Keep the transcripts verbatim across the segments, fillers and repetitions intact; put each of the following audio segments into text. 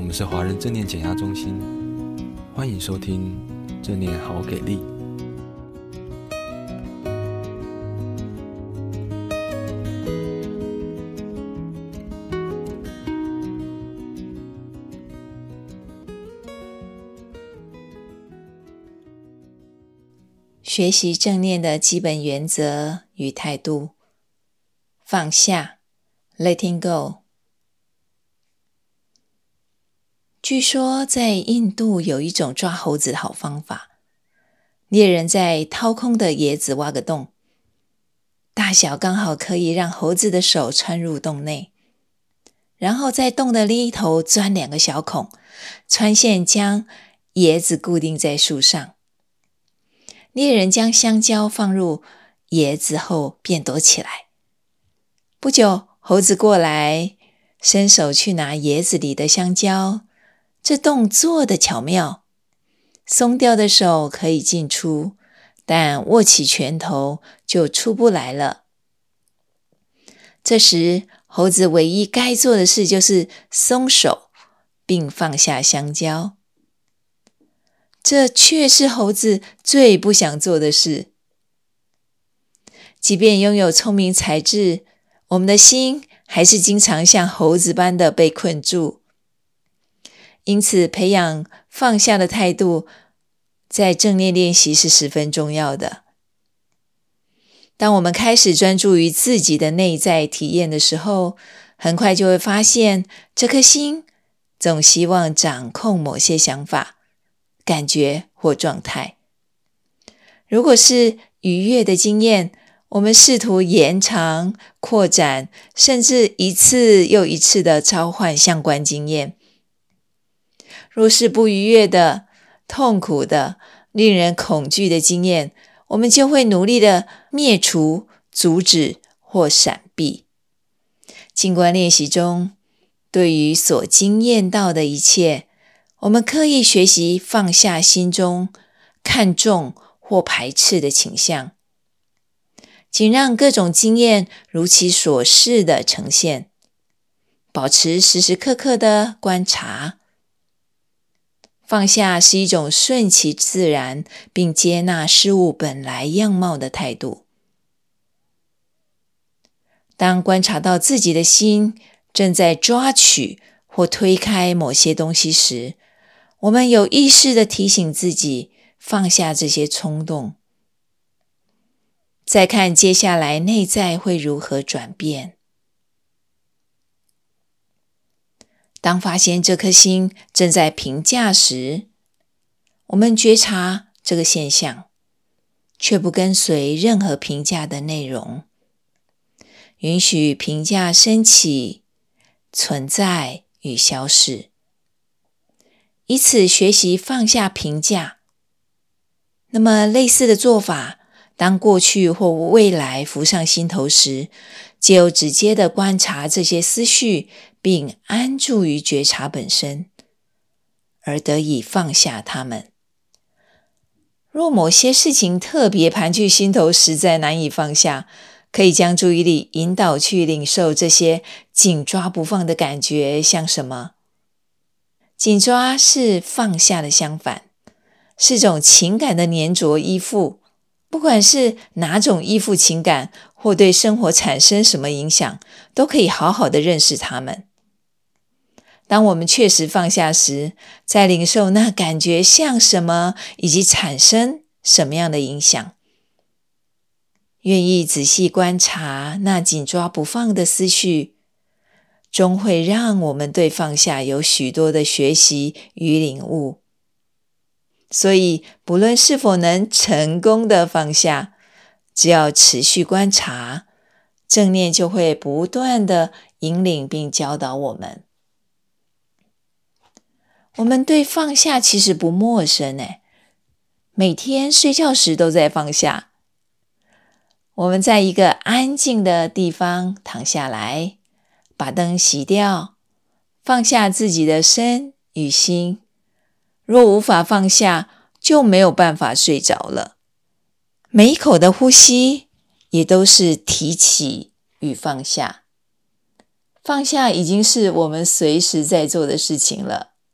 们是华人正念减压中心，欢迎收听正念好给力。 学习正念的基本原则与态度：放下 letting go。 据说在印度有一种抓猴子的好方法，猎人在掏空的椰子挖个洞，大小刚好可以让猴子的手穿入洞内，然后在洞的另一头钻两个小孔，穿线将椰子固定在树上。猎人将香蕉放入椰子后便躲起来。不久，猴子过来，伸手去拿椰子里的香蕉。这动作的巧妙，松掉的手可以进出，但握起拳头就出不来了。这时，猴子唯一该做的事就是松手，并放下香蕉。这却是猴子最不想做的事。即便拥有聪明才智，我们的心还是经常像猴子般的被困住。因此，培养放下的态度，在正念练习是十分重要的。当我们开始专注于自己的内在体验的时候，很快就会发现，这颗心总希望掌控某些想法、感觉或状态。如果是愉悦的经验，我们试图延长、扩展，甚至一次又一次的召唤相关经验。若是不愉悦的、痛苦的、令人恐惧的经验，我们就会努力的灭除、阻止或闪避。静观练习中，对于所经验到的一切，我们刻意学习放下心中看重或排斥的倾向，仅让各种经验如其所示的呈现，保持时时刻刻的观察。放下是一种顺其自然并接纳事物本来样貌的态度。当观察到自己的心正在抓取或推开某些东西时，我们有意识地提醒自己放下这些冲动，再看接下来内在会如何转变。当发现这颗心正在评价时，我们觉察这个现象，却不跟随任何评价的内容，允许评价升起、存在与消逝，以此学习放下评价。那么类似的做法，当过去或未来浮上心头时，藉由直接的观察这些思绪，并安住于觉察本身，而得以放下它们。若某些事情特别盘踞心头，实在难以放下，可以将注意力引导去领受这些紧抓不放的感觉像什么？紧抓是放下的相反，是种情感的粘着依附。不管是哪种依附情感，或对生活产生什么影响，都可以好好的认识它们。当我们确实放下时，在领受那感觉像什么，以及产生什么样的影响。愿意仔细观察那紧抓不放的思绪，终会让我们对放下有许多的学习与领悟。所以，不论是否能成功的放下，只要持续观察，正念就会不断的引领并教导我们。我们对放下其实不陌生诶，每天睡觉时都在放下。我们在一个安静的地方躺下来，把灯熄掉，放下自己的身与心。若无法放下，就没有办法睡着了。每一口的呼吸也都是提起与放下。放下已经是我们随时在做的事情了。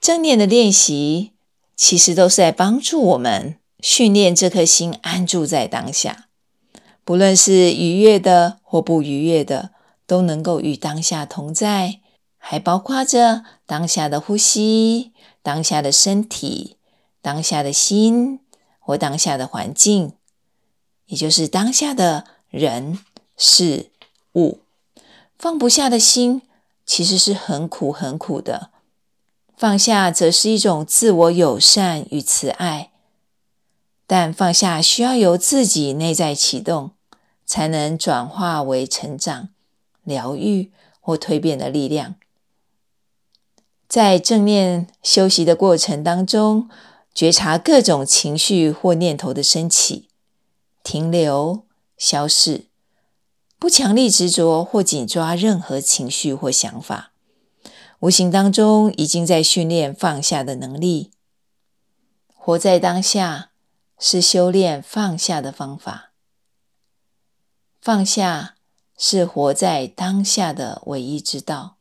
正念的练习其实都是在帮助我们训练这颗心安住在当下，不论是愉悦的或不愉悦的，都能够与当下同在，还包括着当下的呼吸、当下的身体、当下的心或当下的环境，也就是当下的人、事、物。放不下的心其实是很苦很苦的，放下则是一种自我友善与慈爱，但放下需要由自己内在启动，才能转化为成长、疗愈或蜕变的力量。在正念修习的过程当中，觉察各种情绪或念头的升起、停留、消逝，不强力执着或紧抓任何情绪或想法，无形当中已经在训练放下的能力。活在当下是修炼放下的方法，放下是活在当下的唯一之道。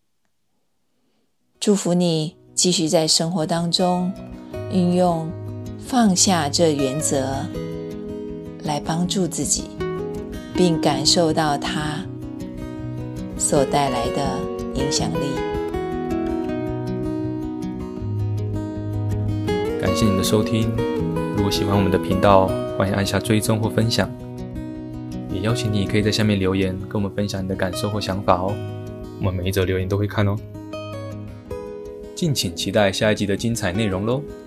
祝福你继续在生活当中运用放下这原则来帮助自己，并感受到它所带来的影响力。 感谢你的收听，如果喜欢我们的频道，欢迎按下追踪或分享，也邀请你可以在下面留言跟我们分享你的感受或想法哦，我们每一则留言都会看哦。敬请期待下一集的精彩内容咯。